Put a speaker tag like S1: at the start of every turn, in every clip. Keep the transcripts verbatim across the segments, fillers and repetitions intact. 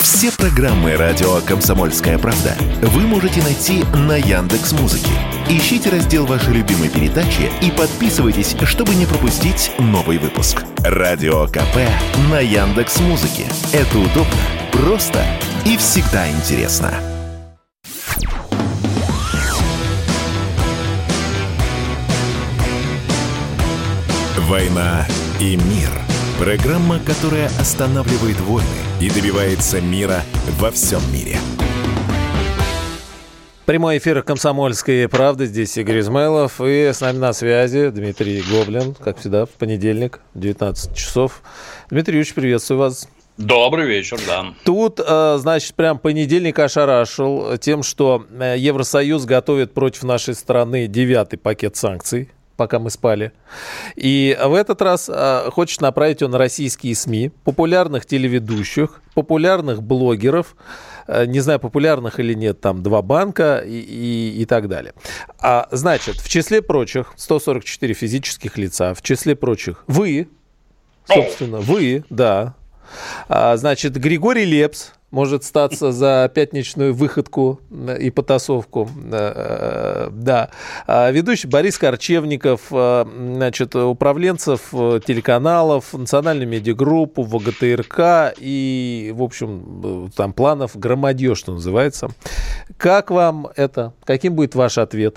S1: Все программы радио «Комсомольская правда» вы можете найти на Яндекс.Музыке. Ищите раздел вашей любимой передачи и подписывайтесь, чтобы не пропустить новый выпуск. Радио КП на Яндекс.Музыке. Это удобно, просто и всегда интересно. «Война и мир». Программа, которая останавливает войны и добивается мира во всем мире.
S2: Прямой эфир «Комсомольской правды». Здесь Игорь Измайлов. И с нами на связи Дмитрий Гоблин, как всегда, в понедельник, девятнадцать часов. Дмитрий Юрьевич, приветствую вас.
S3: Добрый вечер, да.
S2: Тут, значит, прям понедельник ошарашил тем, что Евросоюз готовит против нашей страны девятый пакет санкций, пока мы спали. И в этот раз а, хочет направить он российские СМИ, популярных телеведущих, популярных блогеров, а, не знаю, популярных или нет, там два банка и, и, и так далее. А, значит, в числе прочих, сто сорок четыре физических лица, в числе прочих вы, собственно, вы, да. А, значит, Григорий Лепс может статься за пятничную выходку и потасовку. Да. Ведущий Борис Корчевников, значит, управленцев телеканалов, национальную медиагруппу, ВГТРК и, в общем, там планов громадье, что называется. Как вам это? Каким будет ваш ответ?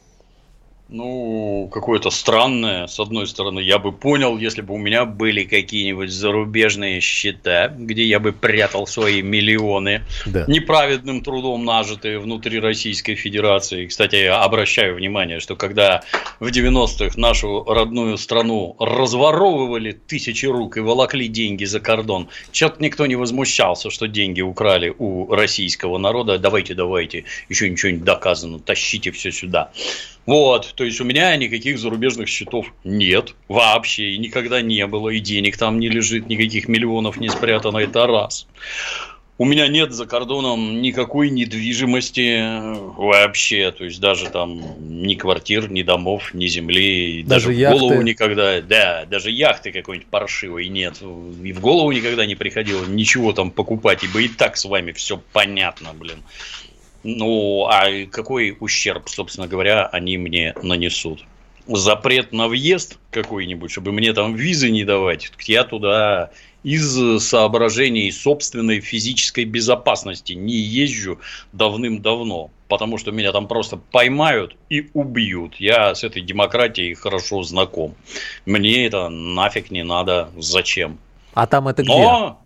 S3: Ну, какое-то странное. С одной стороны, я бы понял, если бы у меня были какие-нибудь зарубежные счета, где я бы прятал свои миллионы, да, неправедным трудом нажитые внутри Российской Федерации. Кстати, я обращаю внимание, что когда в девяностых нашу родную страну разворовывали тысячи рук и волокли деньги за кордон, что-то никто не возмущался, что деньги украли у российского народа. Давайте, давайте, еще ничего не доказано, тащите все сюда. Вот, то есть у меня никаких зарубежных счетов нет вообще, и никогда не было, и денег там не лежит, никаких миллионов не спрятано, это раз. У меня нет за кордоном никакой недвижимости вообще, то есть даже там ни квартир, ни домов, ни земли, даже, даже в яхты. Голову никогда, да, даже яхты какой-нибудь паршивой нет, и в голову никогда не приходило ничего там покупать, ибо и так с вами все понятно, блин. Ну, а какой ущерб, собственно говоря, они мне нанесут? Запрет на въезд какой-нибудь, чтобы мне там визы не давать, я туда из соображений собственной физической безопасности не езжу давным-давно, потому что меня там просто поймают и убьют. Я с этой демократией хорошо знаком. Мне это нафиг не надо. Зачем?
S2: А там это где?
S3: Но...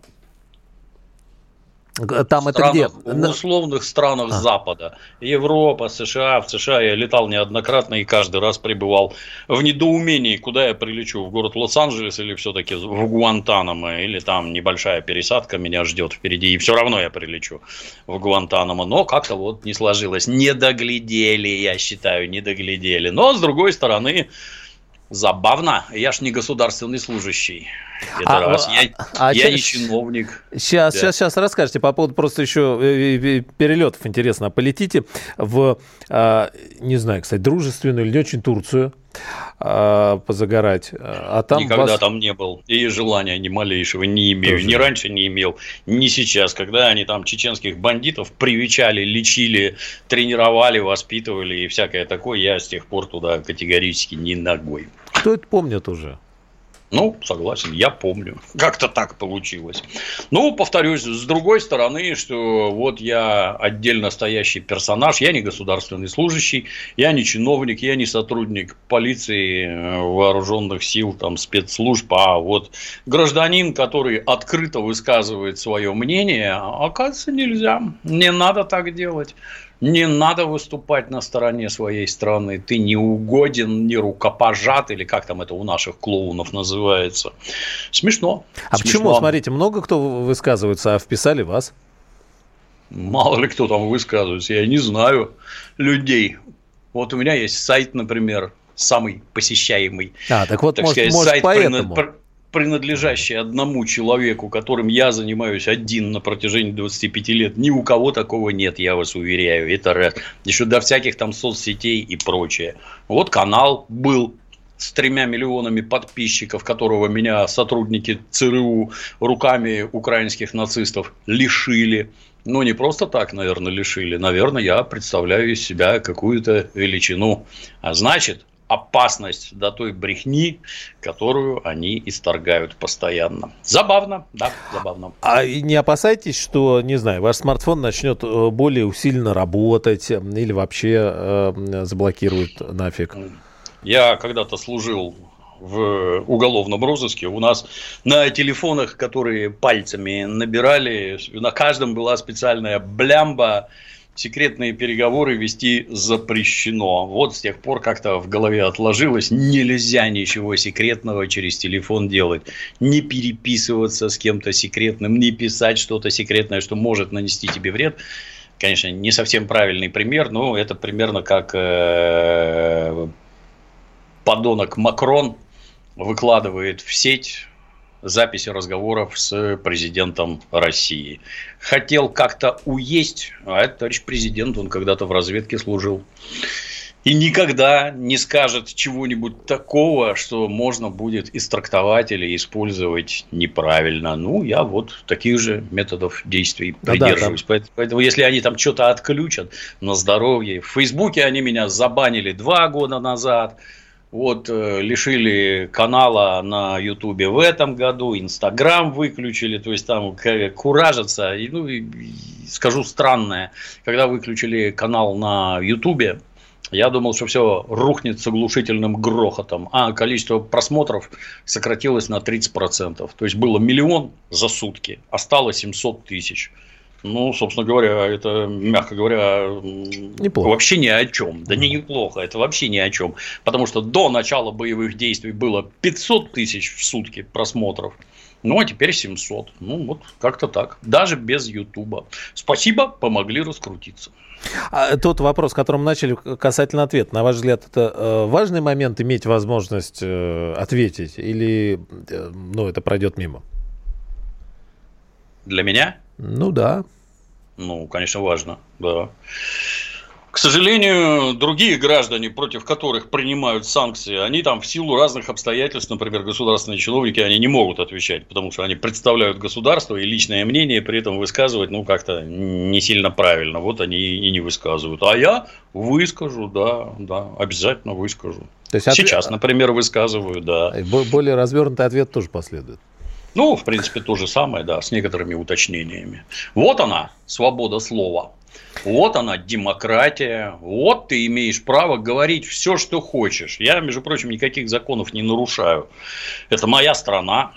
S2: Там
S3: в
S2: это
S3: странах,
S2: где?
S3: В условных странах а. Запада. Европа, США. В США я летал неоднократно и каждый раз пребывал в недоумении, куда я прилечу. В город Лос-Анджелес или все-таки в Гуантанамо. Или там небольшая пересадка меня ждет впереди. И все равно я прилечу в Гуантанамо. Но как-то вот не сложилось. Не доглядели, я считаю, не доглядели. Но с другой стороны... Забавно. Я ж не государственный служащий. Это а, раз. Я, а я сейчас, не чиновник.
S2: Сейчас, да. сейчас, сейчас расскажете по поводу просто еще перелетов. Интересно. Полетите в, не знаю, кстати, дружественную или не очень Турцию позагорать. А там
S3: Никогда
S2: вас...
S3: там не был. И желания ни малейшего не имею. Тоже. Ни раньше не имел, ни сейчас. Когда они там чеченских бандитов привечали, лечили, тренировали, воспитывали и всякое такое, я с тех пор туда категорически ни ногой.
S2: Кто это помнит уже?
S3: Ну, согласен, я помню. Как-то так получилось. Ну, повторюсь, с другой стороны, что вот я отдельно стоящий персонаж, я не государственный служащий, я не чиновник, я не сотрудник полиции, вооруженных сил, там, спецслужб, а вот гражданин, который открыто высказывает свое мнение, оказывается, нельзя. Не надо так делать. Не надо выступать на стороне своей страны. Ты не угоден, не рукопожат, или как там это у наших клоунов называется. Смешно.
S2: А
S3: Смешно.
S2: Почему? Смотрите, много кто высказывается, а вписали вас?
S3: Мало ли кто там высказывается. Я не знаю людей. Вот у меня есть сайт, например, самый посещаемый.
S2: А, так вот,
S3: так
S2: может,
S3: сказать,
S2: может
S3: сайт
S2: поэтому...
S3: принадлежащий одному человеку, которым я занимаюсь один на протяжении двадцати пяти лет, ни у кого такого нет, я вас уверяю. Это раз. Еще до всяких там соцсетей и прочее. Вот канал был с тремя миллионами подписчиков, которого меня сотрудники ЦРУ руками украинских нацистов лишили. Ну, не просто так, наверное, лишили. Наверное, я представляю из себя какую-то величину. А значит, опасность до той брехни, которую они исторгают постоянно. Забавно, да, забавно.
S2: А не опасайтесь, что, не знаю, ваш смартфон начнет более усиленно работать или вообще э, заблокирует нафиг?
S3: Я когда-то служил в уголовном розыске. У нас на телефонах, которые пальцами набирали, на каждом была специальная блямба. Секретные переговоры вести запрещено. Вот с тех пор как-то в голове отложилось, нельзя ничего секретного через телефон делать. Не переписываться с кем-то секретным, не писать что-то секретное, что может нанести тебе вред. Конечно, не совсем правильный пример, но это примерно как э, подонок Макрон выкладывает в сеть записи разговоров с президентом России. Хотел как-то уесть, а этот товарищ президент, он когда-то в разведке служил. И никогда не скажет чего-нибудь такого, что можно будет истрактовать или использовать неправильно. Ну, я вот таких же методов действий придерживаюсь. Да, да, Поэтому, если они там что-то отключат на здоровье. В Фейсбуке они меня забанили два года назад. Вот, лишили канала на Ютубе в этом году, Инстаграм выключили, то есть там куражатся. И, ну, и, скажу странное, когда выключили канал на Ютубе, я думал, что все рухнет с оглушительным грохотом, а количество просмотров сократилось на тридцать процентов. То есть было миллион за сутки, а стало семьсот тысяч. Ну, собственно говоря, это, мягко говоря, неплохо. Вообще ни о чем. Да не неплохо, это вообще ни о чем. Потому что до начала боевых действий было пятьсот тысяч в сутки просмотров. Ну, а теперь семьсот. Ну, вот как-то так. Даже без Ютуба. Спасибо, помогли раскрутиться.
S2: А тот вопрос, которым начали, касательно ответа. На ваш взгляд, это важный момент иметь возможность ответить? Или ну, это пройдет мимо?
S3: Для меня?
S2: Ну да.
S3: Ну, конечно, важно, да. К сожалению, другие граждане, против которых принимают санкции, они там в силу разных обстоятельств, например, государственные чиновники, они не могут отвечать, потому что они представляют государство и личное мнение при этом высказывать, ну, как-то не сильно правильно. Вот они и не высказывают. А я выскажу, да, да, обязательно выскажу. То есть сейчас, ответ... например, высказываю, да.
S2: Более развернутый ответ тоже последует.
S3: Ну, в принципе, то же самое, да, с некоторыми уточнениями. Вот она, свобода слова. Вот она, демократия. Вот ты имеешь право говорить все, что хочешь. Я, между прочим, никаких законов не нарушаю. Это моя страна.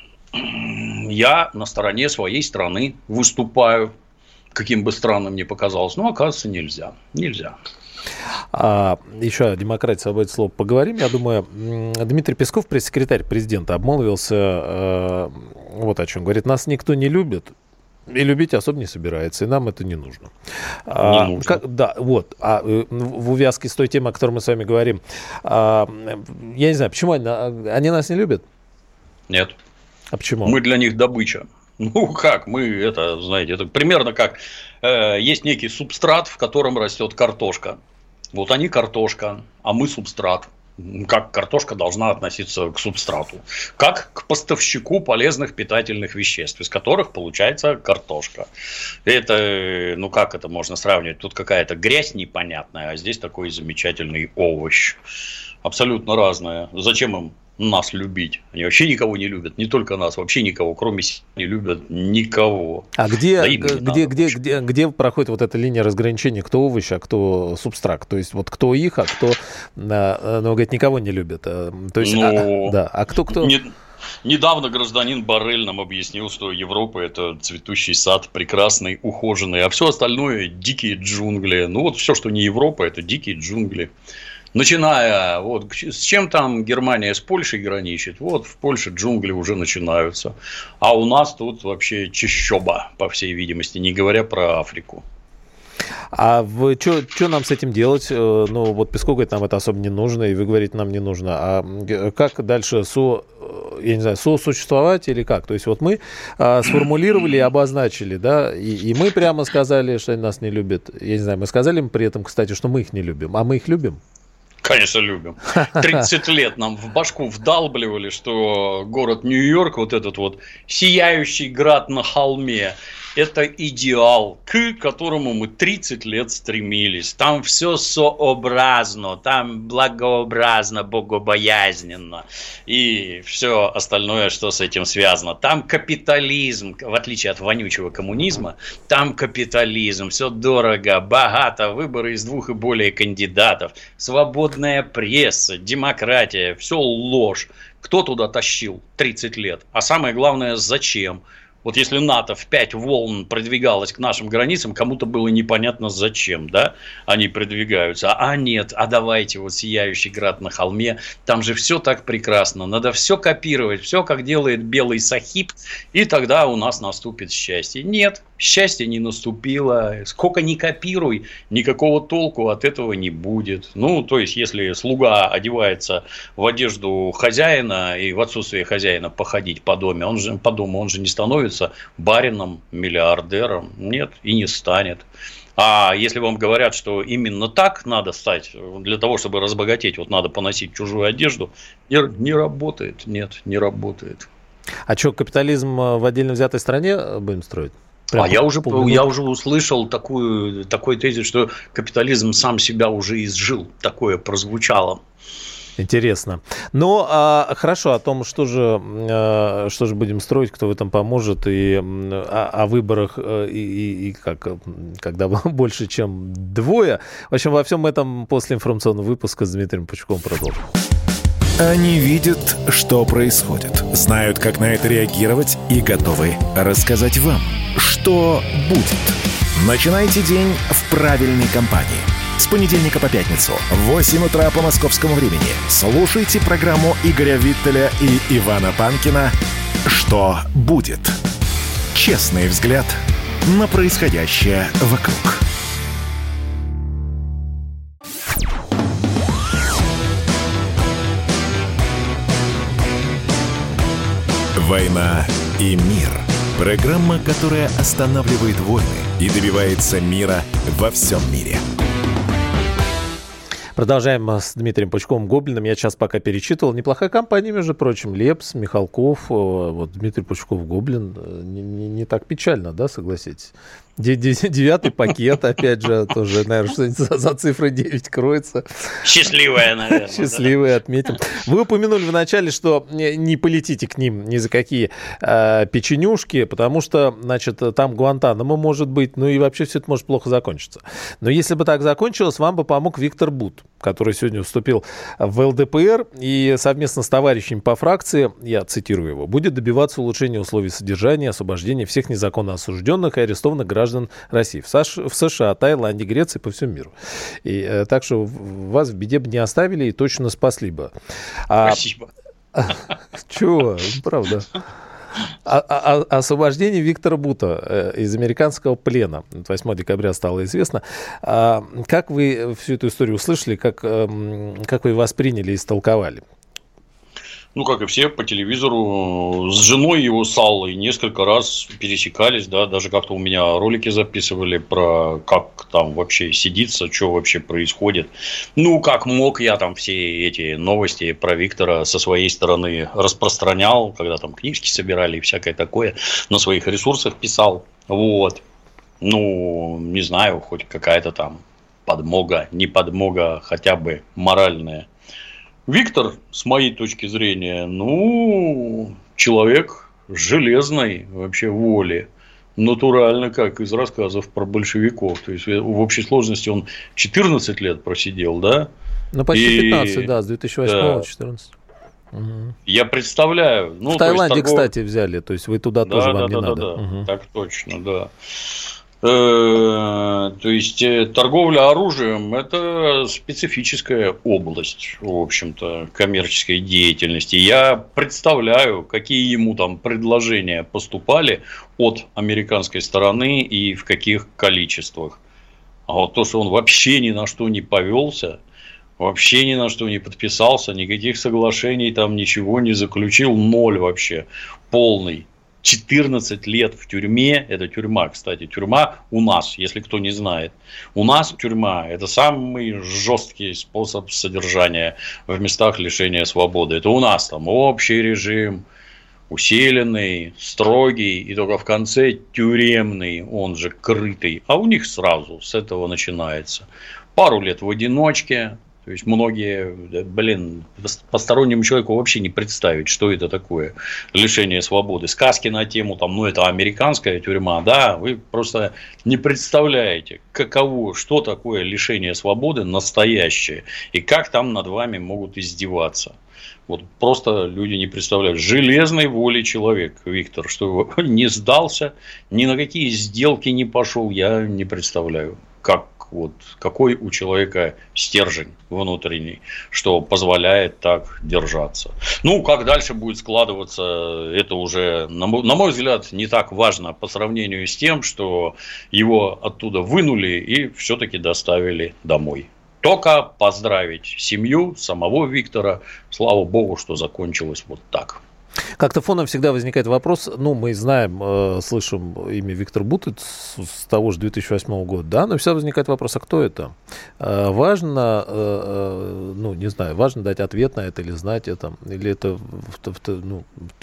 S3: Я на стороне своей страны выступаю. Каким бы странным ни показалось. Но, оказывается, нельзя. Нельзя.
S2: А, еще о демократии, свободе слова поговорим. Я думаю, Дмитрий Песков, пресс-секретарь президента, обмолвился э, вот о чем. Говорит, нас никто не любит. И любить особо не собирается, и нам это не нужно.
S3: Не а, нужно.
S2: Как, да, вот. А в увязке с той темой, о которой мы с вами говорим, а, я не знаю, почему они, они нас не любят?
S3: Нет.
S2: А почему?
S3: Мы для них добыча. Ну как, мы это, знаете, это примерно как э, есть некий субстрат, в котором растет картошка. Вот они картошка, а мы субстрат. Как картошка должна относиться к субстрату? Как к поставщику полезных питательных веществ, из которых получается картошка. Это, ну как это можно сравнивать? Тут какая-то грязь непонятная, а здесь такой замечательный овощ. Абсолютно разное. Зачем им нас любить? Они вообще никого не любят. Не только нас, вообще никого, кроме себя не любят никого.
S2: А где, да где, где, где, где проходит вот эта линия разграничения, кто овощ, а кто субстрат? То есть, вот кто их, а кто, ну, говорит, никого не любит. То есть, ну, а, да, а кто кто...
S3: Не... Недавно гражданин Боррель нам объяснил, что Европа – это цветущий сад, прекрасный, ухоженный, а все остальное – дикие джунгли. Ну, вот все, что не Европа, это дикие джунгли. Начиная, вот, с чем там Германия с Польшей граничит, вот в Польше джунгли уже начинаются. А у нас тут вообще чащоба, по всей видимости, не говоря про Африку.
S2: А что нам с этим делать? Ну, вот Песков говорит, нам это особо не нужно, и вы говорите, нам не нужно. А как дальше со, я не знаю, сосуществовать или как? То есть, вот мы а, сформулировали и обозначили, да, и, и мы прямо сказали, что они нас не любят. Я не знаю, мы сказали им при этом, кстати, что мы их не любим, а мы их любим?
S3: Конечно, любим. тридцать лет нам в башку вдалбливали, что город Нью-Йорк, вот этот вот сияющий град на холме, это идеал, к которому мы тридцать лет стремились. Там все сообразно, там благообразно, богобоязненно и все остальное, что с этим связано. Там капитализм, в отличие от вонючего коммунизма, там капитализм, все дорого, богато, выборы из двух и более кандидатов, свободная пресса, демократия, все ложь. Кто туда тащил тридцать лет? А самое главное, зачем? Вот если НАТО в пять волн продвигалось к нашим границам, кому-то было непонятно зачем, да, они продвигаются. А нет, а давайте вот сияющий град на холме, там же все так прекрасно, надо все копировать, все как делает белый сахиб, и тогда у нас наступит счастье. Нет, счастье не наступило, сколько ни копируй, никакого толку от этого не будет. Ну, то есть, если слуга одевается в одежду хозяина и в отсутствие хозяина походить по дому, он же, по дому, он же не становится барином, миллиардером. Нет, и не станет. А если вам говорят, что именно так надо стать, для того, чтобы разбогатеть, вот надо поносить чужую одежду, не, не работает. Нет, не работает.
S2: А что, капитализм в отдельно взятой стране будем строить?
S3: Прям а я уже, я уже услышал такую, такой тезис, что капитализм сам себя уже изжил. Такое прозвучало.
S2: Интересно. Ну, а, хорошо, о том, что же, а, что же будем строить, кто в этом поможет, и о, о выборах, и, и, и как, когда больше, чем двое. В общем, во всем этом после информационного выпуска с Дмитрием Пучковым продолжим.
S1: Они видят, что происходит, знают, как на это реагировать и готовы рассказать вам, что будет. Начинайте день в правильной компании. С понедельника по пятницу в восемь утра по московскому времени слушайте программу Игоря Виттеля и Ивана Панкина «Что будет?». Честный взгляд на происходящее вокруг. «Война и мир». Программа, которая останавливает войны и добивается мира во всем мире.
S2: Продолжаем с Дмитрием Пучковым Гоблиным. Я сейчас пока перечитывал. Неплохая компания, между прочим. Лепс, Михалков, вот Дмитрий Пучков Гоблин. Не, не, не так печально, да, согласитесь? Девятый пакет, опять же, тоже, наверное, что-нибудь за, за цифрой девять кроется.
S3: Счастливая, наверное.
S2: Счастливая, да. Отметим. Вы упомянули вначале, что не полетите к ним ни за какие э, печенюшки, потому что, значит, там Гуантанамо может быть, ну и вообще все это может плохо закончиться. Но если бы так закончилось, вам бы помог Виктор Бут, который сегодня вступил в эл дэ пэ эр и совместно с товарищами по фракции, я цитирую его, будет добиваться улучшения условий содержания и освобождения всех незаконно осужденных и арестованных граждан России в, Саш... в США, Таиланде, Греции, по всему миру. И, э, так что вас в беде бы не оставили и точно спасли бы. А...
S3: Спасибо.
S2: Чего? Правда. А, а, освобождение Виктора Бута э, из американского плена. восьмого декабря стало известно. А, как вы всю эту историю услышали, как, э, как вы восприняли и истолковали?
S3: Ну, как и все, по телевизору с женой его, с Аллой, несколько раз пересекались, да, даже как-то у меня ролики записывали про как там вообще сидится, что вообще происходит. Ну, как мог, я там все эти новости про Виктора со своей стороны распространял, когда там книжки собирали и всякое такое, на своих ресурсах писал, вот. Ну, не знаю, хоть какая-то там подмога, не подмога, хотя бы моральная. Виктор, с моей точки зрения, ну, человек железной вообще воли. Натурально, как из рассказов про большевиков. То есть, в общей сложности он четырнадцать лет просидел, да?
S2: Ну, почти пятнадцать, и... да, с две тысячи восьмого до четырнадцать. Угу.
S3: Я представляю. Ну,
S2: в Таиланде,
S3: торгов...
S2: кстати, взяли. То есть, вы туда да, тоже да, вам да, не
S3: да,
S2: надо.
S3: Да,
S2: угу.
S3: Так точно, да. То есть торговля оружием – это специфическая область, в общем-то, коммерческой деятельности. Я представляю, какие ему там предложения поступали от американской стороны и в каких количествах. А вот то, что он вообще ни на что не повелся, вообще ни на что не подписался, никаких соглашений там ничего не заключил, ноль вообще, полный четырнадцать лет в тюрьме. Это тюрьма, кстати. Тюрьма у нас, если кто не знает. У нас тюрьма – это самый жесткий способ содержания в местах лишения свободы. Это у нас там общий режим, усиленный, строгий, и только в конце тюремный, он же крытый. А у них сразу с этого начинается. Пару лет в одиночке. То есть многие, блин, постороннему человеку вообще не представить, что это такое лишение свободы. Сказки на тему, там, ну, это американская тюрьма, да, вы просто не представляете, каково, что такое лишение свободы настоящее, и как там над вами могут издеваться. Вот просто люди не представляют. Железной воли человек, Виктор, что не сдался, ни на какие сделки не пошел, я не представляю, как. Вот какой у человека стержень внутренний, что позволяет так держаться. Ну, как дальше будет складываться, это уже, на мой, на мой взгляд, не так важно по сравнению с тем, что его оттуда вынули и все-таки доставили домой. Только поздравить семью самого Виктора. Слава богу, что закончилось вот так.
S2: Как-то фоном всегда возникает вопрос, ну, мы знаем, э, слышим имя Виктор Бутыц с, с того же две тысячи восьмого года, да, но всегда возникает вопрос, а кто это? Э, важно, э, ну, не знаю, важно дать ответ на это или знать это, или это, в, в, ну...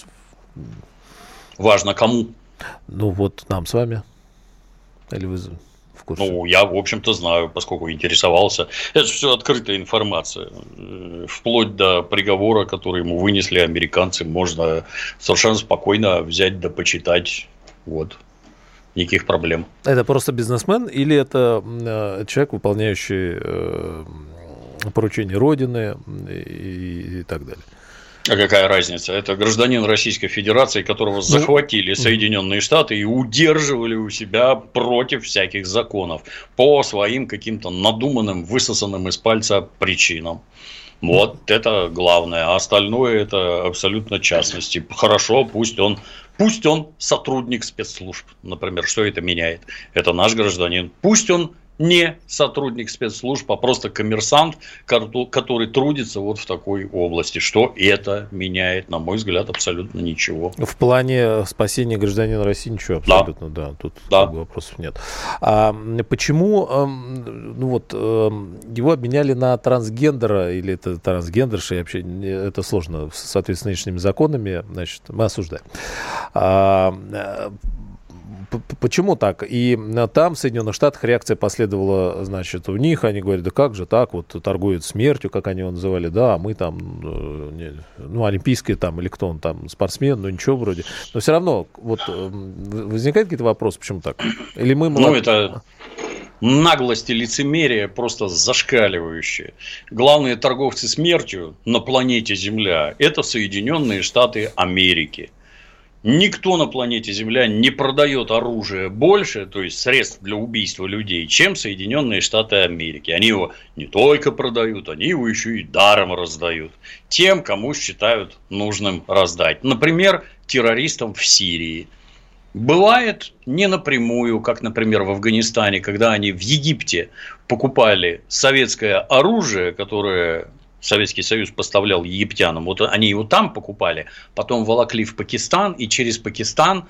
S3: Важно кому?
S2: Ну, вот нам с вами, или вы...
S3: Ну, я, в общем-то, знаю, поскольку интересовался. Это все открытая информация. Вплоть до приговора, который ему вынесли американцы, можно совершенно спокойно взять да почитать. Вот. Никаких проблем.
S2: Это просто бизнесмен или это э, человек, выполняющий э, поручения Родины и, и так далее?
S3: А какая разница? Это гражданин Российской Федерации, которого захватили Соединенные Штаты и удерживали у себя против всяких законов по своим каким-то надуманным, высосанным из пальца причинам. Вот это главное. А остальное это абсолютно частности. Хорошо, пусть он, пусть он сотрудник спецслужб, например. Что это меняет? Это наш гражданин. Пусть он не сотрудник спецслужб, а просто коммерсант, который трудится вот в такой области. Что это меняет? На мой взгляд, абсолютно ничего.
S2: В плане спасения гражданина России ничего абсолютно, да, да тут
S3: да.
S2: вопросов нет. А почему, ну вот, его обменяли на трансгендера, или это трансгендерша, вообще это сложно в соответствии с нынешними законами, значит, мы осуждаем. А, Почему так? И там, в Соединенных Штатах, реакция последовала, значит, у них. Они говорят, да как же так, вот торгуют смертью, как они его называли, да, а мы там, ну, олимпийский там, или кто он там, спортсмен, ну, ничего вроде. Но все равно, вот, возникает какие-то вопросы, почему так? Или мы...
S3: Ну, это... Наглость и лицемерие просто зашкаливающие. Главные торговцы смертью на планете Земля – это Соединенные Штаты Америки. Никто на планете Земля не продает оружие больше, то есть средств для убийства людей, чем Соединенные Штаты Америки. Они его не только продают, они его еще и даром раздают. Тем, кому считают нужным раздать. Например, террористам в Сирии. Бывает не напрямую, как, например, в Афганистане, когда они в Египте покупали советское оружие, которое... Советский Союз поставлял египтянам, вот они его там покупали, потом волокли в Пакистан и через Пакистан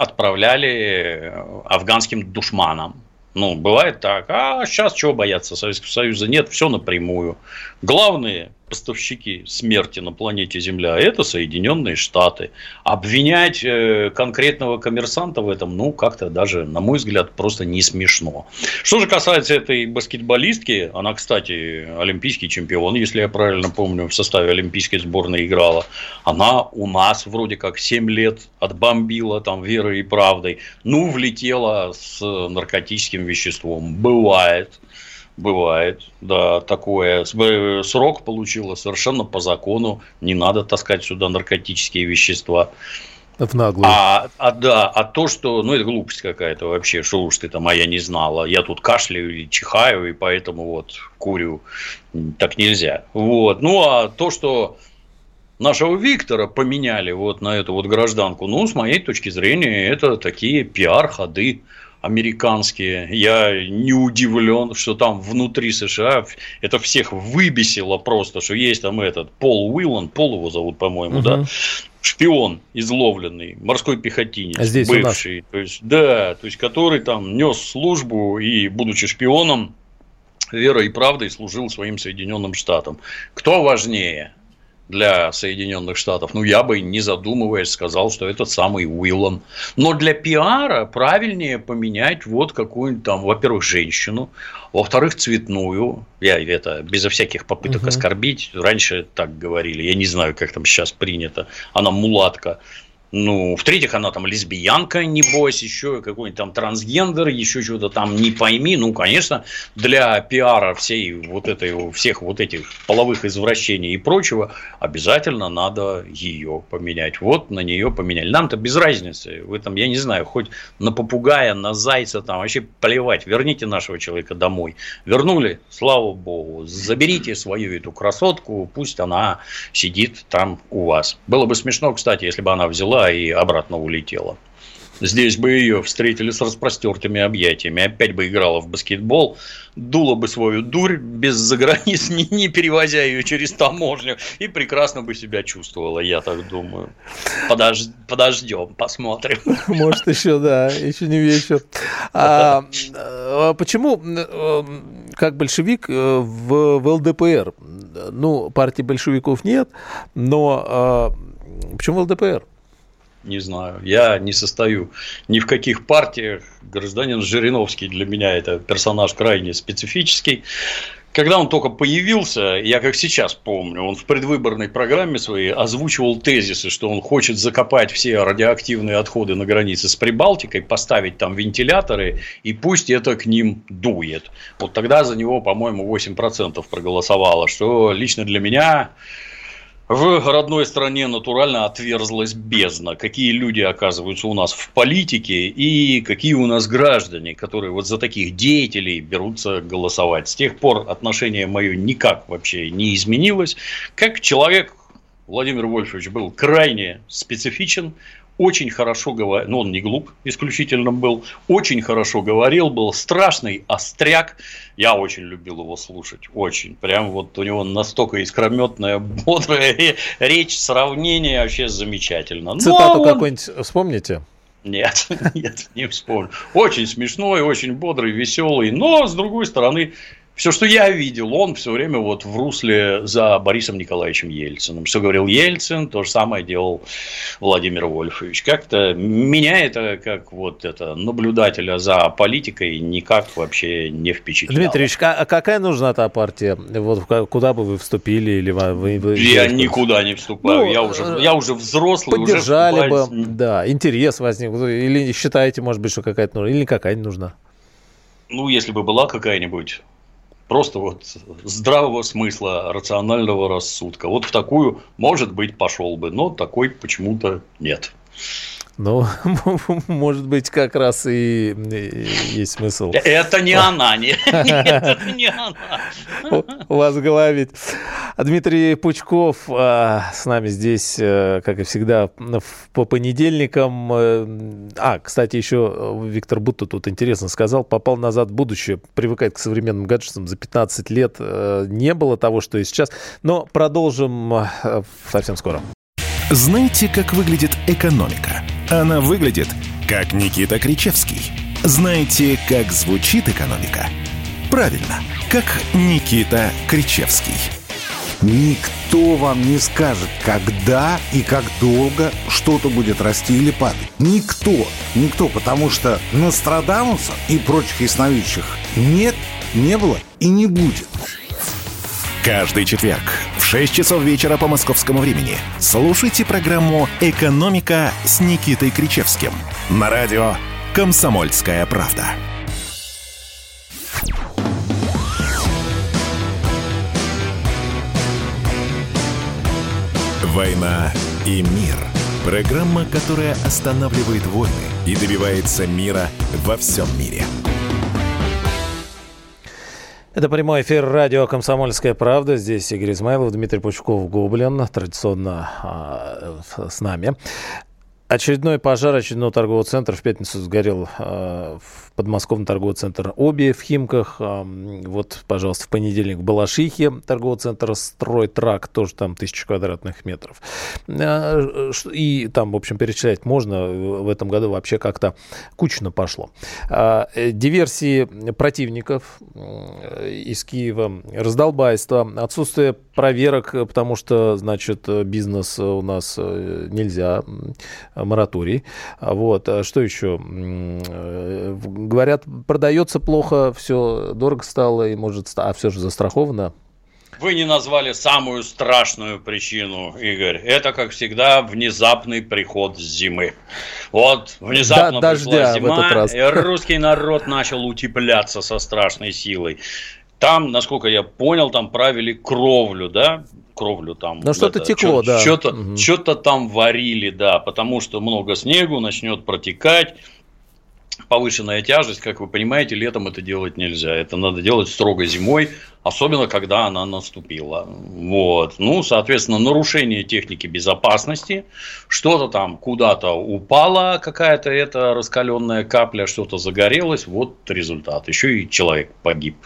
S3: отправляли афганским душманам. Ну, бывает так. А сейчас чего бояться? Советского Союза нет, все напрямую. Главные поставщики смерти на планете Земля – это Соединенные Штаты. Обвинять конкретного коммерсанта в этом, ну, как-то даже, на мой взгляд, просто не смешно. Что же касается этой баскетболистки, она, кстати, олимпийский чемпион, если я правильно помню, в составе олимпийской сборной играла. Она у нас вроде как семь лет отбомбила там верой и правдой. Ну, влетела с наркотическим веществом. Бывает. Бывает, да, такое. Срок получила совершенно по закону. Не надо таскать сюда наркотические вещества.
S2: В наглую.
S3: А, а, да, а то, что... Ну, это глупость какая-то вообще. Что уж ты там, а я не знала. Я тут кашляю или чихаю, и поэтому вот курю. Так нельзя. Вот. Ну, а то, что нашего Виктора поменяли вот на эту вот гражданку, ну, с моей точки зрения, это такие пиар-ходы американские. Я не удивлен, что там внутри США это всех выбесило просто, что есть там этот Пол Уиллан, Пол его зовут, по-моему, uh-huh. да, шпион изловленный, морской пехотинец,
S2: здесь
S3: бывший, то есть, да, то есть, который там нес службу и, будучи шпионом, верой и правдой служил своим Соединенным Штатам. Кто важнее для Соединенных Штатов? Ну, я бы, не задумываясь, сказал, что этот самый Уиллан. Но для пиара правильнее поменять вот какую-нибудь там, во-первых, женщину, во-вторых, цветную. Я это безо всяких попыток угу. оскорбить. Раньше так говорили. Я не знаю, как там сейчас принято. Она мулатка. Ну, в-третьих, она там лесбиянка, небось, еще какой-нибудь там трансгендер, еще что-то там не пойми. Ну, конечно, для пиара всей вот этой, всех вот этих половых извращений и прочего обязательно надо ее поменять. Вот на нее поменяли. Нам-то без разницы. В этом, я не знаю, хоть на попугая, на зайца, там вообще плевать. Верните нашего человека домой. Вернули, слава богу. Заберите свою эту красотку, пусть она сидит там у вас. Было бы смешно, кстати, если бы она взяла и обратно улетела. Здесь бы ее встретили с распростертыми объятиями. Опять бы играла в баскетбол, дула бы свою дурь без заграниц, не, не перевозя ее через таможню, и прекрасно бы себя чувствовала, я так думаю. Подож... Подождем, посмотрим.
S2: Может, еще, да, еще не вечер. А, почему, как большевик, в, в эл дэ пэ эр? Ну, партии большевиков нет, но почему в эл дэ пэ эр?
S3: Не знаю, я не состою ни в каких партиях. Гражданин Жириновский для меня это персонаж крайне специфический. Когда он только появился, я как сейчас помню, он в предвыборной программе своей озвучивал тезисы, что он хочет закопать все радиоактивные отходы на границе с Прибалтикой, поставить там вентиляторы, и пусть это к ним дует. Вот тогда за него, по-моему, восемь процентов проголосовало, что лично для меня... В родной стране натурально отверзлась бездна. Какие люди оказываются у нас в политике и какие у нас граждане, которые вот за таких деятелей берутся голосовать. С тех пор отношение мое никак вообще не изменилось. Как человек, Владимир Вольфович был крайне специфичен. Очень хорошо говорил, ну он не глуп исключительно был, очень хорошо говорил, был страшный остряк, я очень любил его слушать, очень, прям вот у него настолько искрометная, бодрая речь, сравнение вообще замечательно.
S2: Цитату он... какую-нибудь вспомните?
S3: Нет, нет, не вспомню. Очень смешной, очень бодрый, веселый, но с другой стороны... Все, что я видел, он все время вот в русле за Борисом Николаевичем Ельциным. Что говорил Ельцин, то же самое делал Владимир Вольфович. Как-то меня это, как вот это, наблюдателя за политикой, никак вообще не впечатляло.
S2: Дмитрий Ильич, а какая нужна та партия? Вот куда бы вы вступили? Или вы, вы,
S3: я никуда не вступаю. Ну, я, уже, я уже взрослый.
S2: Поддержали
S3: уже
S2: бы, да, интерес возник. Или считаете, может быть, что какая-то нужна? Или никакая не нужна?
S3: Ну, если бы была какая-нибудь... Просто вот здравого смысла, рационального рассудка. Вот в такую, может быть, пошел бы, но такой почему-то нет.
S2: Ну, может быть, как раз и, и есть смысл.
S3: Это не она, нет, это не она.
S2: Возглавить. Дмитрий Пучков а, с нами здесь, как и всегда, по понедельникам. А, кстати, еще Виктор Бутто тут интересно сказал, попал назад в будущее, привыкать к современным гаджетам за пятнадцать лет не было того, что и сейчас. Но продолжим совсем скоро.
S1: Знаете, как выглядит экономика? Она выглядит, как Никита Кричевский. Знаете, как звучит экономика? Правильно, как Никита Кричевский.
S4: Никто вам не скажет, когда и как долго что-то будет расти или падать. Никто. Никто, потому что Нострадамуса и прочих ясновидящих нет, не было и не будет.
S1: Каждый четверг в шесть часов вечера по московскому времени слушайте программу «Экономика» с Никитой Кричевским на радио «Комсомольская правда». «Война и мир» – программа, которая останавливает войны и добивается мира во всем мире.
S2: Это прямой эфир радио «Комсомольская правда». Здесь Игорь Измайлов, Дмитрий Пучков-Гоблин, традиционно а, с нами. Очередной пожар очередного торгового центра в пятницу сгорел э, в подмосковном торговый центр «Оби» в Химках. Э, вот, пожалуйста, в понедельник в Балашихе торговый центр «Стройтрак», тоже там тысяча квадратных метров. Э, и там, в общем, перечислять можно. В этом году вообще как-то кучно пошло. Э, диверсии противников э, из Киева, раздолбайство, отсутствие проверок, потому что, значит, бизнес у нас нельзя, мораторий. Вот. Что еще? Говорят, продается плохо, все дорого стало, и может, а все же застраховано.
S3: Вы не назвали самую страшную причину, Игорь. Это, как всегда, внезапный приход зимы. Вот, внезапно
S2: да,
S3: пришла зима,
S2: и
S3: русский народ начал утепляться со страшной силой. Там, насколько я понял, там правили кровлю, да? Кровлю там.
S2: Ну, что-то это, текло,
S3: что,
S2: да.
S3: Что-то,
S2: угу.
S3: что-то там варили, да, потому что много снегу, начнет протекать. Повышенная тяжесть, как вы понимаете, летом это делать нельзя. Это надо делать строго зимой, особенно когда она наступила. Вот. Ну, соответственно, нарушение техники безопасности, что-то там куда-то упало, какая-то эта раскаленная капля, что-то загорелось, вот результат. Еще и человек погиб.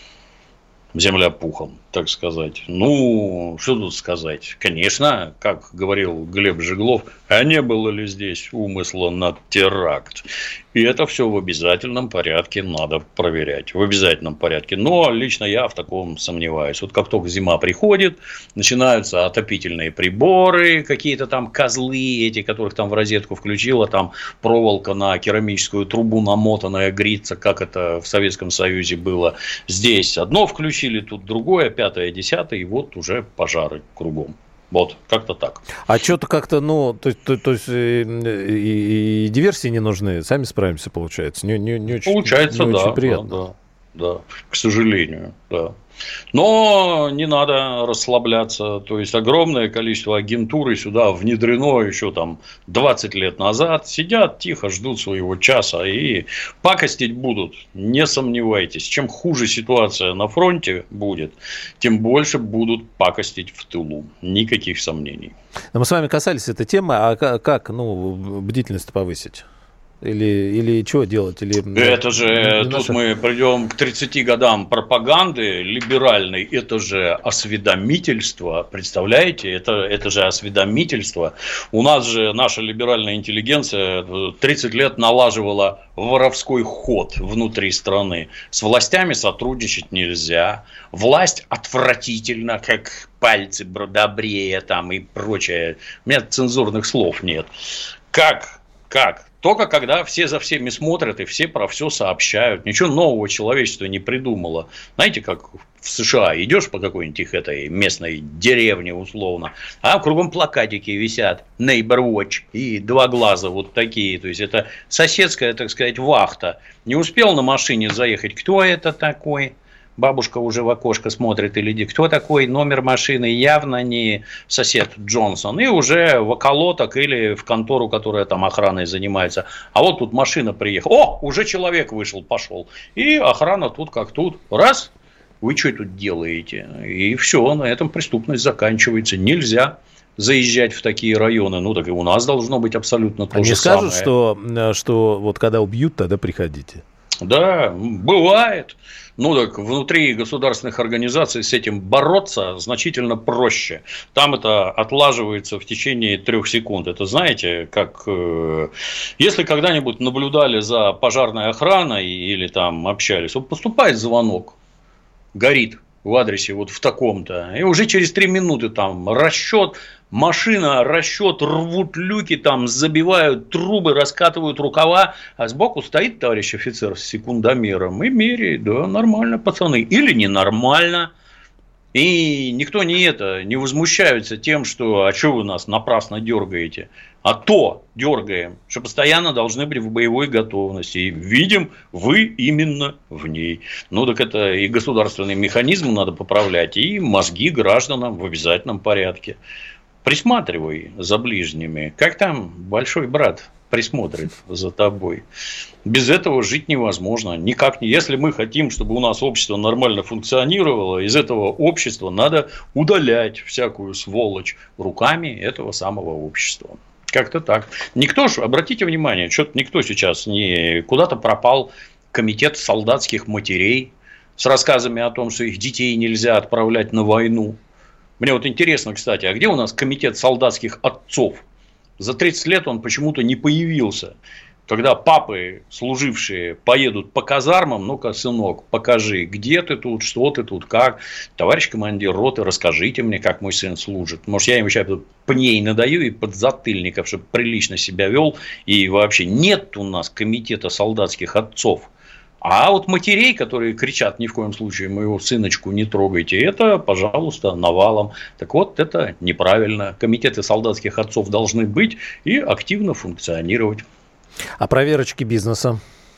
S3: Земля пухом, так сказать. Ну, что тут сказать? Конечно, как говорил Глеб Жиглов, а не было ли здесь умысла на теракт? И это все в обязательном порядке надо проверять. В обязательном порядке. Но лично я в таком сомневаюсь. Вот как только зима приходит, начинаются отопительные приборы, какие-то там козлы, эти, которых там в розетку включила, там проволока на керамическую трубу намотанная, грится, как это в Советском Союзе было. Здесь одно включили, тут другое, пятое, десятое, и вот уже пожары кругом. Вот, как-то так.
S2: А что-то как-то, ну, то, то, то есть и, и, и диверсии не нужны, сами справимся, получается. Не, не, не очень,
S3: получается,
S2: не
S3: да,
S2: очень приятно.
S3: Да, да, да, к сожалению, да. Но не надо расслабляться. То есть огромное количество агентуры сюда внедрено еще там двадцать лет назад. Сидят тихо, ждут своего часа и пакостить будут. Не сомневайтесь. Чем хуже ситуация на фронте будет, тем больше будут пакостить в тылу. Никаких сомнений.
S2: Но мы с вами касались этой темы. А как, ну, бдительность повысить? Или, или что делать? Или...
S3: Это же, тут мы придем к тридцати годам пропаганды либеральной, это же осведомительство, представляете, это, это же осведомительство. У нас же наша либеральная интеллигенция тридцать лет налаживала воровской ход внутри страны. С властями сотрудничать нельзя, власть отвратительна, как пальцы бродобрея там и прочее. У меня цензурных слов нет. Как? Как? Только когда все за всеми смотрят и все про все сообщают. Ничего нового человечество не придумало. Знаете, как в США идешь по какой-нибудь их этой местной деревне условно, а кругом плакатики висят Neighbor Watch и два глаза вот такие. То есть это соседская, так сказать, вахта. Не успел на машине заехать. Кто это такой? Бабушка уже в окошко смотрит или где. Кто такой? Номер машины явно не сосед Джонсон. И уже в околоток или в контору, которая там охраной занимается. А вот тут машина приехала. О, уже человек вышел, пошел. И охрана тут как тут. Раз. Вы что тут делаете? И все, на этом преступность заканчивается. Нельзя заезжать в такие районы. Ну, так и у нас должно быть абсолютно то
S2: Они
S3: же
S2: самое. Они скажут,
S3: что,
S2: что вот когда убьют, тогда приходите.
S3: Да, бывает. Ну, так внутри государственных организаций с этим бороться значительно проще. Там это отлаживается в течение трех секунд. Это знаете, как э, если когда-нибудь наблюдали за пожарной охраной или там общались, вот поступает звонок, горит в адресе вот в таком-то, и уже через три минуты там расчет, машина, расчет, рвут люки, там забивают трубы, раскатывают рукава, а сбоку стоит товарищ офицер с секундомером и меряет, да, нормально, пацаны, или ненормально. И никто не это, не возмущается тем, что, а что вы нас напрасно дергаете? А то дергаем, что постоянно должны быть в боевой готовности. И видим, вы именно в ней. Ну, так это и государственные механизмы надо поправлять, и мозги гражданам в обязательном порядке. Присматривай за ближними. Как там большой брат присмотрит за тобой. Без этого жить невозможно. Никак не. Если мы хотим, чтобы у нас общество нормально функционировало, из этого общества надо удалять всякую сволочь руками этого самого общества. Как-то так. Никто ж, обратите внимание, что-то никто сейчас не куда-то пропал комитет солдатских матерей с рассказами о том, что их детей нельзя отправлять на войну. Мне вот интересно, кстати, а где у нас комитет солдатских отцов? За тридцать лет он почему-то не появился. Когда папы, служившие, поедут по казармам, ну-ка, сынок, покажи, где ты тут, что ты тут, как. Товарищ командир роты, расскажите мне, как мой сын служит. Может, я ему сейчас пней надаю и подзатыльников, чтобы прилично себя вел. И вообще нет у нас комитета солдатских отцов. А вот матерей, которые кричат, ни в коем случае моего сыночку не трогайте, это, пожалуйста, навалом. Так вот, это неправильно. Комитеты солдатских отцов должны быть и активно функционировать.
S2: А проверочки бизнеса?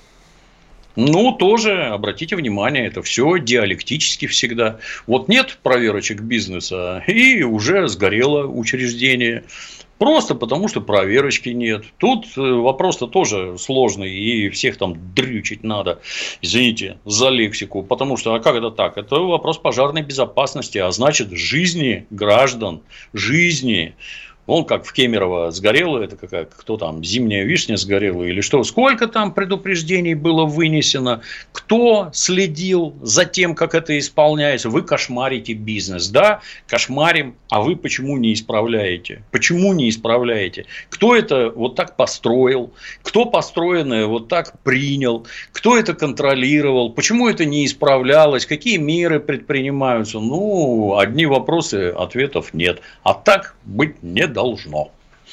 S3: Ну, тоже, обратите внимание, это все диалектически всегда. Вот нет проверочек бизнеса, и уже сгорело учреждение. Просто потому, что проверочки нет. Тут вопрос-то тоже сложный, и всех там дрючить надо. Извините за лексику. Потому что, а как это так? Это вопрос пожарной безопасности, а значит, жизни граждан, жизни. Вон как в Кемерово сгорело, это какая, кто там, зимняя вишня сгорела или что, сколько там предупреждений было вынесено, кто следил за тем, как это исполняется, вы кошмарите бизнес, да, кошмарим, а вы почему не исправляете, почему не исправляете, кто это вот так построил, кто построенное вот так принял, кто это контролировал, почему это не исправлялось, какие меры предпринимаются, ну, одни вопросы, ответов нет, а так быть не должно.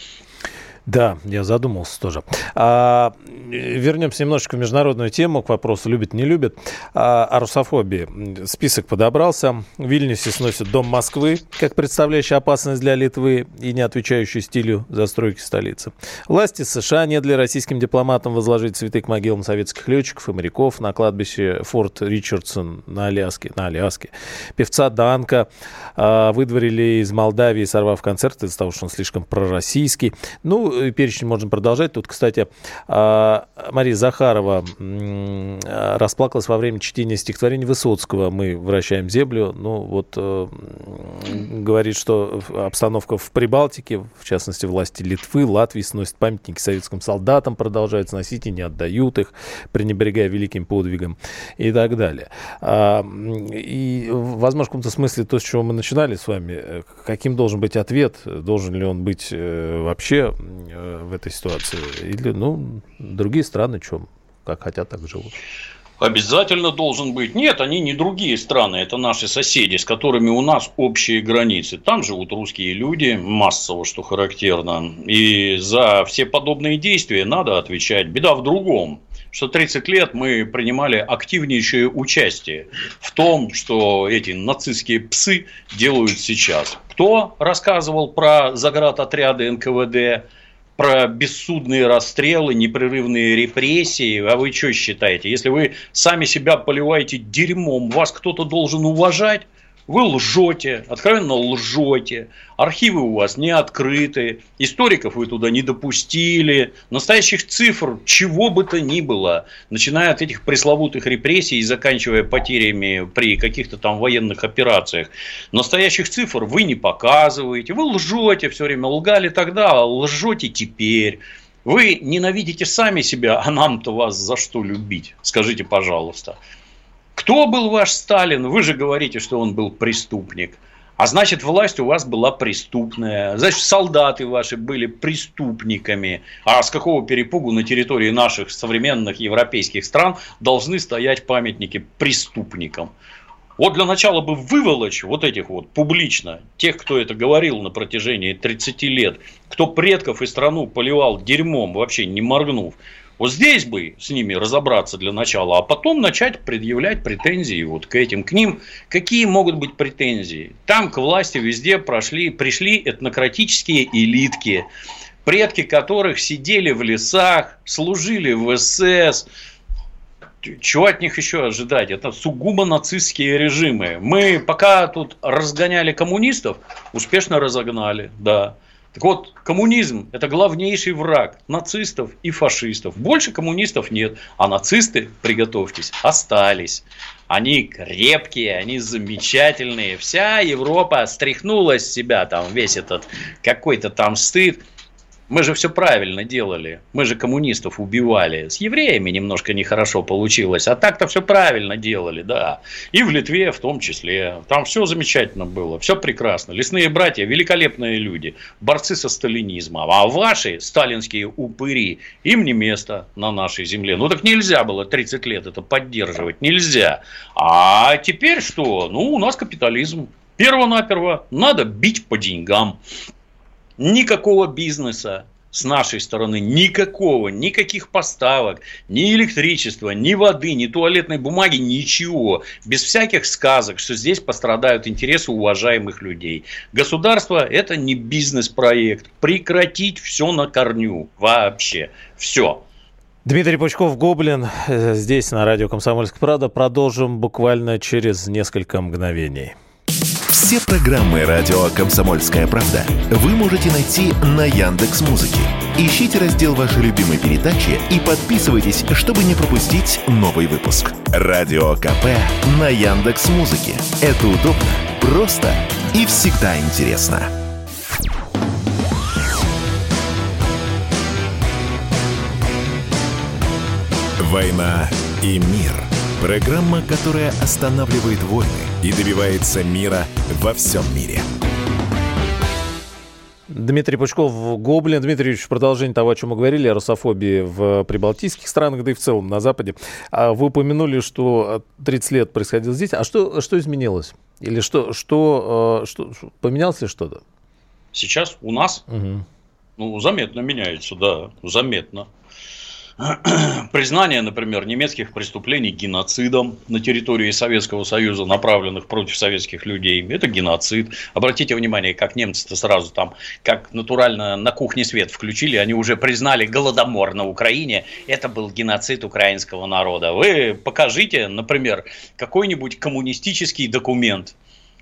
S2: Да, я задумался тоже. А, вернемся немножечко в международную тему, к вопросу любит, не любит. А, о русофобии. Список подобрался. В Вильнюсе сносят Дом Москвы, как представляющий опасность для Литвы и не отвечающий стилю застройки столицы. Власти США не дали российским дипломатам возложить цветы к могилам советских летчиков и моряков на кладбище Форт Ричардсон на Аляске. На Аляске. Певца Данка а, выдворили из Молдавии, сорвав концерт из-за того, что он слишком пророссийский. Ну, перечень можно продолжать. Тут, кстати, Мария Захарова расплакалась во время чтения стихотворения Высоцкого «Мы вращаем землю». Ну, вот говорит, что обстановка в Прибалтике, в частности, власти Литвы, Латвии сносят памятники советским солдатам, продолжают сносить и не отдают их, пренебрегая великим подвигом и так далее. И, возможно, в каком-то смысле то, с чего мы начинали с вами, каким должен быть ответ, должен ли он быть вообще в этой ситуации? Или, ну, другие страны, что, как хотят, так живут?
S3: Обязательно должен быть. Нет, они не другие страны, это наши соседи, с которыми у нас общие границы. Там живут русские люди, массово, что характерно. И за все подобные действия надо отвечать. Беда в другом, что тридцать лет мы принимали активнейшее участие в том, что эти нацистские псы делают сейчас. Кто рассказывал про заградотряды эн ка вэ дэ, про бессудные расстрелы, непрерывные репрессии? А вы что считаете? Если вы сами себя поливаете дерьмом, вас кто-то должен уважать? Вы лжете, откровенно лжете, архивы у вас не открыты, историков вы туда не допустили, настоящих цифр, чего бы то ни было, начиная от этих пресловутых репрессий и заканчивая потерями при каких-то там военных операциях, настоящих цифр вы не показываете, вы лжете, все время лгали тогда, а лжете теперь. Вы ненавидите сами себя, а нам-то вас за что любить? Скажите, пожалуйста. Кто был ваш Сталин? Вы же говорите, что он был преступник. А значит, власть у вас была преступная. Значит, солдаты ваши были преступниками. А с какого перепугу на территории наших современных европейских стран должны стоять памятники преступникам? Вот для начала бы выволочь вот этих вот публично, тех, кто это говорил на протяжении тридцати лет, кто предков и страну поливал дерьмом, вообще не моргнув. Вот здесь бы с ними разобраться для начала, а потом начать предъявлять претензии вот к этим, к ним. Какие могут быть претензии? Там к власти везде прошли, пришли этнократические элитки, предки которых сидели в лесах, служили в эс эс. Чего от них еще ожидать? Это сугубо нацистские режимы. Мы пока тут разгоняли коммунистов, успешно разогнали, да. Так вот, коммунизм – это главнейший враг нацистов и фашистов. Больше коммунистов нет, а нацисты, приготовьтесь, остались. Они крепкие, они замечательные. Вся Европа стряхнула с себя там весь этот какой-то там стыд. Мы же все правильно делали. Мы же коммунистов убивали. С евреями немножко нехорошо получилось. А так-то все правильно делали, да. И в Литве в том числе. Там все замечательно было. Все прекрасно. Лесные братья великолепные люди. Борцы со сталинизмом. А ваши сталинские упыри, им не место на нашей земле. Ну так нельзя было тридцать лет это поддерживать. Нельзя. А теперь что? Ну у нас капитализм. Перво-наперво надо бить по деньгам. Никакого бизнеса с нашей стороны, никакого, никаких поставок, ни электричества, ни воды, ни туалетной бумаги, ничего. Без всяких сказок, что здесь пострадают интересы уважаемых людей. Государство – это не бизнес-проект. Прекратить все на корню. Вообще. Все.
S2: Дмитрий Пучков, Гоблин, здесь на радио «Комсомольская правда». Продолжим буквально через несколько мгновений.
S1: Все программы радио «Комсомольская правда» вы можете найти на Яндекс.Музыке. Ищите раздел вашей любимой передачи и подписывайтесь, чтобы не пропустить новый выпуск. Радио КП на Яндекс.Музыке. Это удобно, просто и всегда интересно. «Война и мир». Программа, которая останавливает войны и добивается мира во всем мире.
S2: Дмитрий Пучков, Гоблин. Дмитрий Ильич, в продолжение того, о чем мы говорили, о русофобии в прибалтийских странах, да и в целом на Западе. Вы упомянули, что тридцать лет происходило здесь. А что, что изменилось? Или что, что, что, поменялось ли что-то?
S3: Сейчас у нас? Угу. Ну, заметно меняется, да, заметно. Признание, например, немецких преступлений геноцидом на территории Советского Союза, направленных против советских людей, это геноцид. Обратите внимание, как немцы-то сразу там, как натурально на кухне свет включили, они уже признали голодомор на Украине, это был геноцид украинского народа. Вы покажите, например, какой-нибудь коммунистический документ.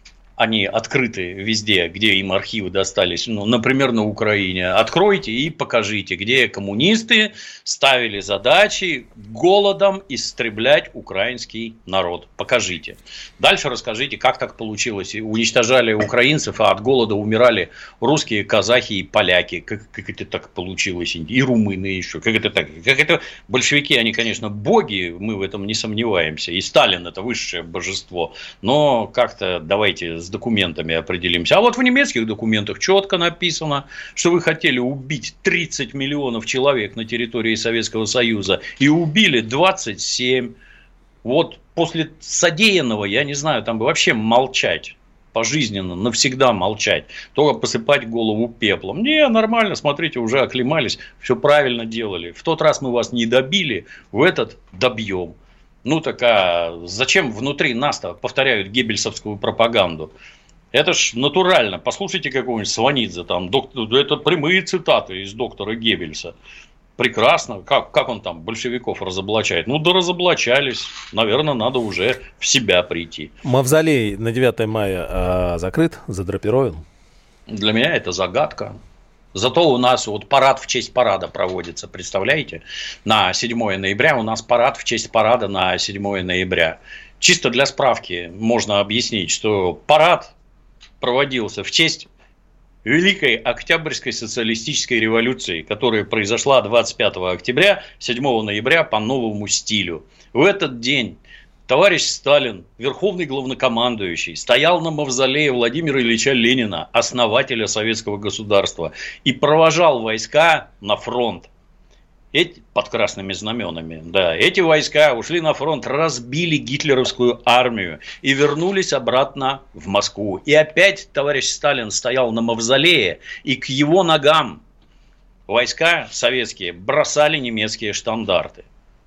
S3: Они открыты везде, где им архивы достались, ну, например, на Украине. Откройте и покажите, где коммунисты ставили задачи голодом истреблять украинский народ. Покажите. Дальше расскажите, как так получилось. Уничтожали украинцев, а от голода умирали русские, казахи и поляки. Как, как это так получилось? И румыны еще. Как это так? Как это? Большевики, они, конечно, боги, мы в этом не сомневаемся. И Сталин – это высшее божество. Но как-то давайте с документами определимся. А вот в немецких документах четко написано, что вы хотели убить тридцать миллионов человек на территории Советского Союза и убили двадцать семь. Вот после содеянного, я не знаю, там бы вообще молчать. Пожизненно, навсегда молчать. Только посыпать голову пеплом. Не, нормально, смотрите, уже оклемались, все правильно делали. В тот раз мы вас не добили, в этот добьем. Ну так а зачем внутри нас-то повторяют геббельсовскую пропаганду? Это ж натурально. Послушайте какого-нибудь Сванидзе, там, доктор, это прямые цитаты из доктора Геббельса. Прекрасно. Как, как он там большевиков разоблачает? Ну да разоблачались. Наверное, надо уже в себя прийти.
S2: Мавзолей на девятое мая а, закрыт, задрапирован?
S3: Для меня это загадка. Зато у нас вот парад в честь парада проводится, представляете? На седьмое ноября у нас парад в честь парада на седьмое ноября. Чисто для справки можно объяснить, что парад проводился в честь Великой Октябрьской социалистической революции, которая произошла двадцать пятого октября, седьмого ноября по новому стилю. В этот день товарищ Сталин, верховный главнокомандующий, стоял на мавзолее Владимира Ильича Ленина, основателя советского государства, и провожал войска на фронт. Эти, под красными знаменами, да, эти войска ушли на фронт, разбили гитлеровскую армию и вернулись обратно в Москву. И опять товарищ Сталин стоял на мавзолее, и к его ногам войска советские бросали немецкие штандарты.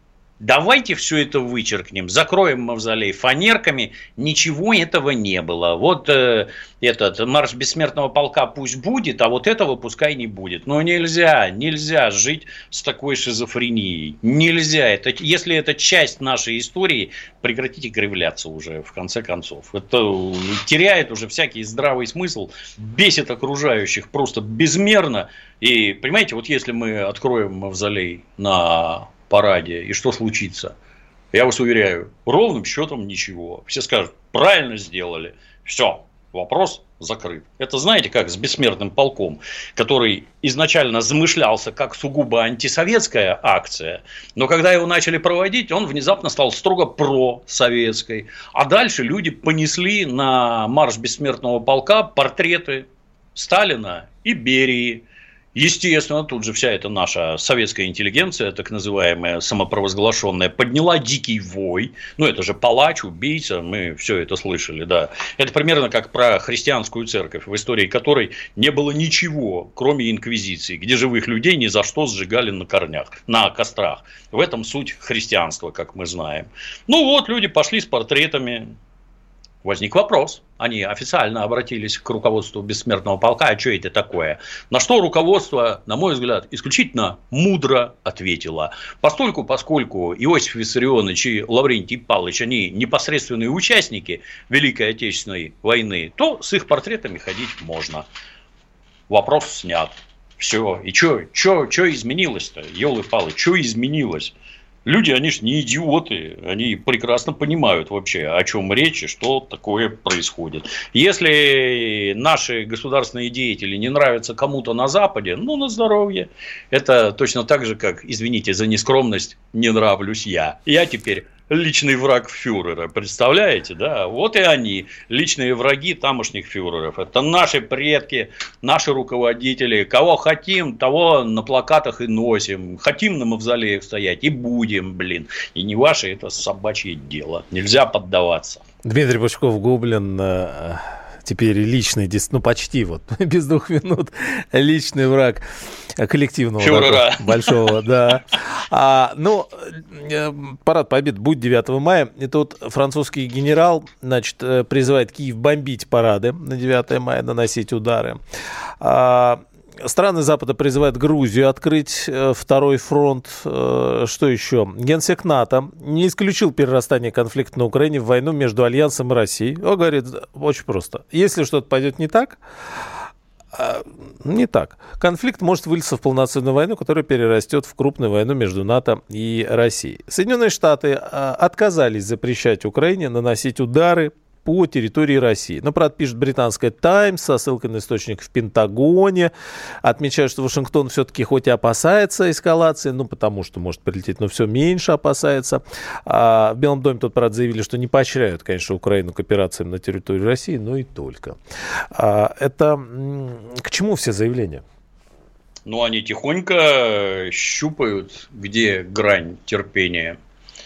S3: Давайте все это вычеркнем, закроем мавзолей фанерками, ничего этого не было. Вот э, этот марш бессмертного полка пусть будет, а вот этого пускай не будет. Но нельзя, нельзя жить с такой шизофренией. Нельзя. Это, если это часть нашей истории, прекратите кривляться уже, в конце концов. Это теряет уже всякий здравый смысл, бесит окружающих просто безмерно. И, понимаете, вот если мы откроем мавзолей на параде, и что случится? Я вас уверяю, ровным счетом ничего. Все скажут, правильно сделали. Все, Вопрос закрыт. Это знаете, как с бессмертным полком, который изначально замышлялся как сугубо антисоветская акция, но когда его начали проводить, он внезапно стал строго просоветской. А дальше люди понесли на марш бессмертного полка портреты Сталина и Берии. Естественно, тут же вся эта наша советская интеллигенция, так называемая, самопровозглашенная, подняла дикий вой. Ну, это же палач, убийца, мы все это слышали, да. Это примерно как про христианскую церковь, в истории которой не было ничего, кроме инквизиции, где живых людей ни за что сжигали на корнях, на кострах. В этом суть христианства, как мы знаем. Ну, вот люди пошли с портретами. Возник вопрос. Они официально обратились к руководству бессмертного полка. А что это такое? На что руководство, на мой взгляд, исключительно мудро ответило. Постольку, поскольку Иосиф Виссарионович и Лаврентий Павлович, они непосредственные участники Великой Отечественной войны, то с их портретами ходить можно. Вопрос снят. Все. И что изменилось-то? Ёлы-палы, что изменилось? Люди, они же не идиоты, они прекрасно понимают вообще, о чем речь и что такое происходит. Если наши государственные деятели не нравятся кому-то на Западе, ну, на здоровье. Это точно так же, как, извините за нескромность, не нравлюсь я. Я теперь личный враг фюрера, представляете, да? Вот и они, личные враги тамошних фюреров. Это наши предки, наши руководители. Кого хотим, того на плакатах и носим. Хотим на мавзолеях стоять и будем, блин. И не ваше это собачье дело. Нельзя поддаваться.
S2: Дмитрий Пучков-Гоблин, теперь личный, ну почти вот, без двух минут, личный враг коллективного
S3: фюрера.
S2: Большого, да. А, ну, парад Победы будет девятого мая, и тут французский генерал, значит, призывает Киев бомбить парады на девятое мая, наносить удары. А, страны Запада призывают Грузию открыть второй фронт. Что еще? Генсек НАТО не исключил перерастание конфликта на Украине в войну между Альянсом и Россией. Он говорит, очень просто. Если что-то пойдет не так, не так. Конфликт может вылиться в полноценную войну, которая перерастет в крупную войну между НАТО и Россией. Соединенные Штаты отказались запрещать Украине наносить удары по территории России. Но, правда, пишет британская «Таймс» со ссылкой на источник в Пентагоне. Отмечают, что Вашингтон все-таки хоть и опасается эскалации, ну, потому что может прилететь, но все меньше опасается. А в Белом доме тут, правда, заявили, что не поощряют, конечно, Украину к операциям на территории России, но и только. А это к чему все заявления?
S3: Ну, они тихонько щупают, где грань терпения.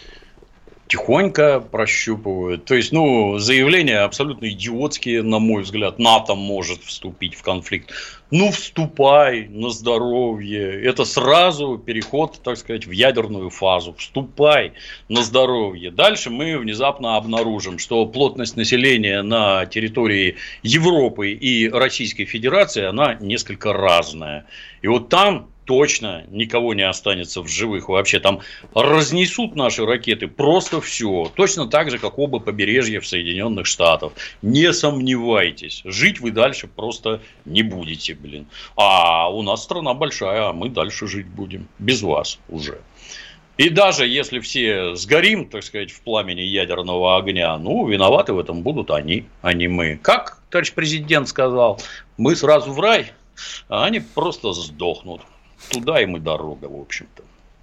S3: Тихонько прощупывают. То есть, ну, заявления абсолютно идиотские, на мой взгляд. НАТО может вступить в конфликт. Ну, вступай на здоровье. Это сразу переход, так сказать, в ядерную фазу. Вступай на здоровье. Дальше мы внезапно обнаружим, что плотность населения на территории Европы и Российской Федерации, она несколько разная. И вот там точно никого не останется в живых вообще. Там разнесут наши ракеты просто все. Точно так же, как оба побережья в Соединенных Штатах. Не сомневайтесь. Жить вы дальше просто не будете, блин. А у нас страна большая, а мы дальше жить будем. Без вас уже. И даже если все сгорим, так сказать, в пламени ядерного огня, ну, виноваты в этом будут они, а не мы. Как товарищ президент сказал, мы сразу в рай, а они просто сдохнут. Туда им и дорога, в общем-то.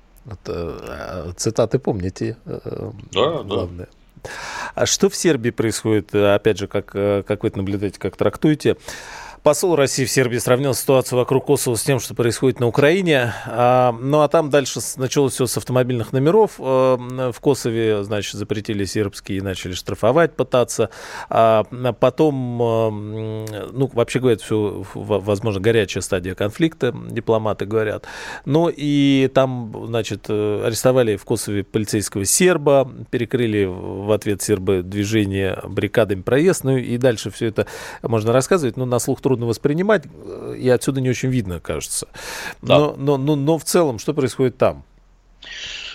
S2: Это, цитаты помните?
S3: Да,
S2: главное. Да. А что в Сербии происходит? Опять же, как, как вы это наблюдаете, как трактуете? Посол России в Сербии сравнил ситуацию вокруг Косово с тем, что происходит на Украине. А, ну, а там дальше началось все с автомобильных номеров. А, в Косове, значит, запретили сербские и начали штрафовать, пытаться. А потом, а, ну, вообще говорят, все, возможно, горячая стадия конфликта, дипломаты говорят. Ну, и там, значит, арестовали в Косове полицейского серба, перекрыли в ответ сербы движение баррикадами проезд. Ну, и дальше все это можно рассказывать, но на слух трудно воспринимать, и отсюда не очень видно, кажется. Да. Но, но, но, но в целом, что происходит там?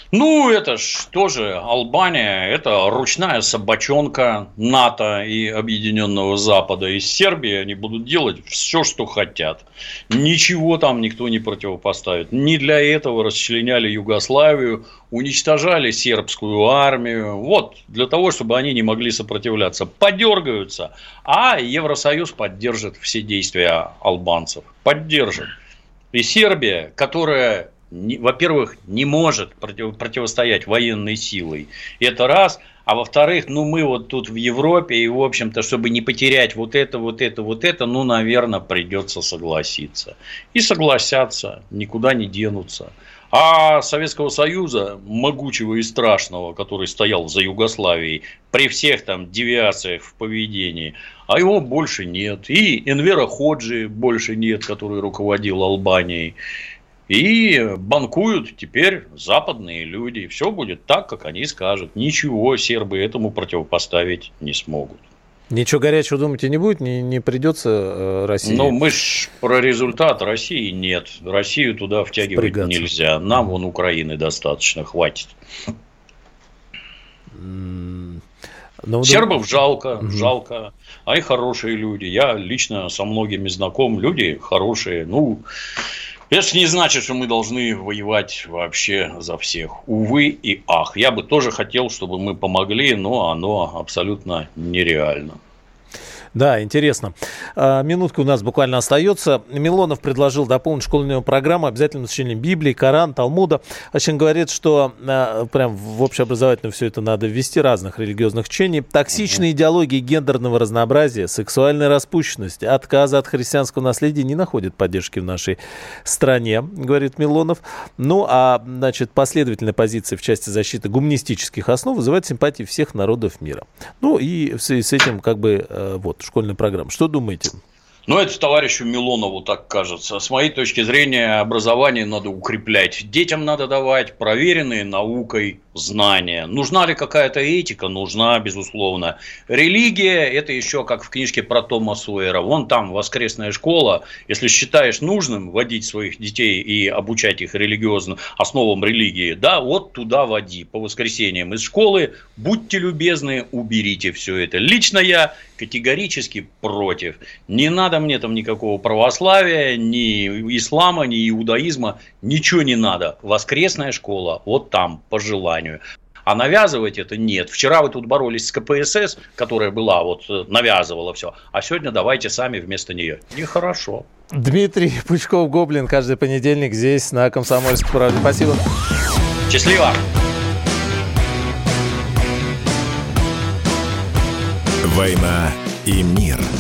S3: Ну, это ж тоже Албания, это ручная собачонка НАТО и Объединенного Запада. Из Сербии они будут делать все, что хотят. Ничего там никто не противопоставит. Не для этого расчленяли Югославию, уничтожали сербскую армию. Вот, для того, чтобы они не могли сопротивляться. Подергаются, а Евросоюз поддержит все действия албанцев. Поддержит. И Сербия, которая... во-первых, не может против, противостоять военной силой. Это раз. А во-вторых, ну мы вот тут в Европе, и, в общем-то, чтобы не потерять вот это, вот это, вот это, ну, наверное, придется согласиться. И согласятся, никуда не денутся. А Советского Союза, могучего и страшного, который стоял за Югославией, при всех там девиациях в поведении, а его больше нет. И Энвера Ходжи больше нет, который руководил Албанией. И банкуют теперь западные люди. Все будет так, как они скажут. Ничего сербы этому противопоставить не смогут.
S2: Ничего горячего, думаете, не будет? Не, не придется России?
S3: Ну, мы ж про результат России нет. Россию туда втягивать Спрягаться. Нельзя. Нам вон Украины достаточно, хватит.
S2: Ну,
S3: сербов жалко, угу. жалко. Они хорошие люди. Я лично со многими знаком. Люди хорошие. Ну... Это же не значит, что мы должны воевать вообще за всех. Увы и ах. Я бы тоже хотел, чтобы мы помогли, но оно абсолютно нереально.
S2: Да, интересно. Минутка у нас буквально остается. Милонов предложил дополнить школьную программу обязательным изучением Библии, Корана, Талмуда. Очень говорит, что прям в общеобразовательную все это надо ввести, разных религиозных учений. Токсичные идеологии гендерного разнообразия, сексуальная распущенность, отказа от христианского наследия не находят поддержки в нашей стране, говорит Милонов. Ну, а, значит, последовательная позиция в части защиты гуманистических основ вызывает симпатии всех народов мира. Ну, и в связи с этим, как бы, вот, школьная программа. Что думаете?
S3: Ну, это товарищу Милонову так кажется. С моей точки зрения, образование надо укреплять. Детям надо давать проверенные наукой знания. Нужна ли какая-то этика? Нужна, безусловно. Религия – это еще как в книжке про Тома Сойера. Вон там воскресная школа. Если считаешь нужным водить своих детей и обучать их религиозным основам религии, да, вот туда води. По воскресеньям из школы. Будьте любезны, уберите все это. Лично я категорически против. Не надо мне там никакого православия, ни ислама, ни иудаизма. Ничего не надо. Воскресная школа. Вот там, по желанию. А навязывать это нет. Вчера вы тут боролись с ка пэ эс эс, которая была, вот навязывала все. А сегодня давайте сами вместо нее. Нехорошо.
S2: Дмитрий Пучков-Гоблин каждый понедельник здесь на «Комсомольской правде». Спасибо.
S3: Счастливо.
S1: «Война и мир».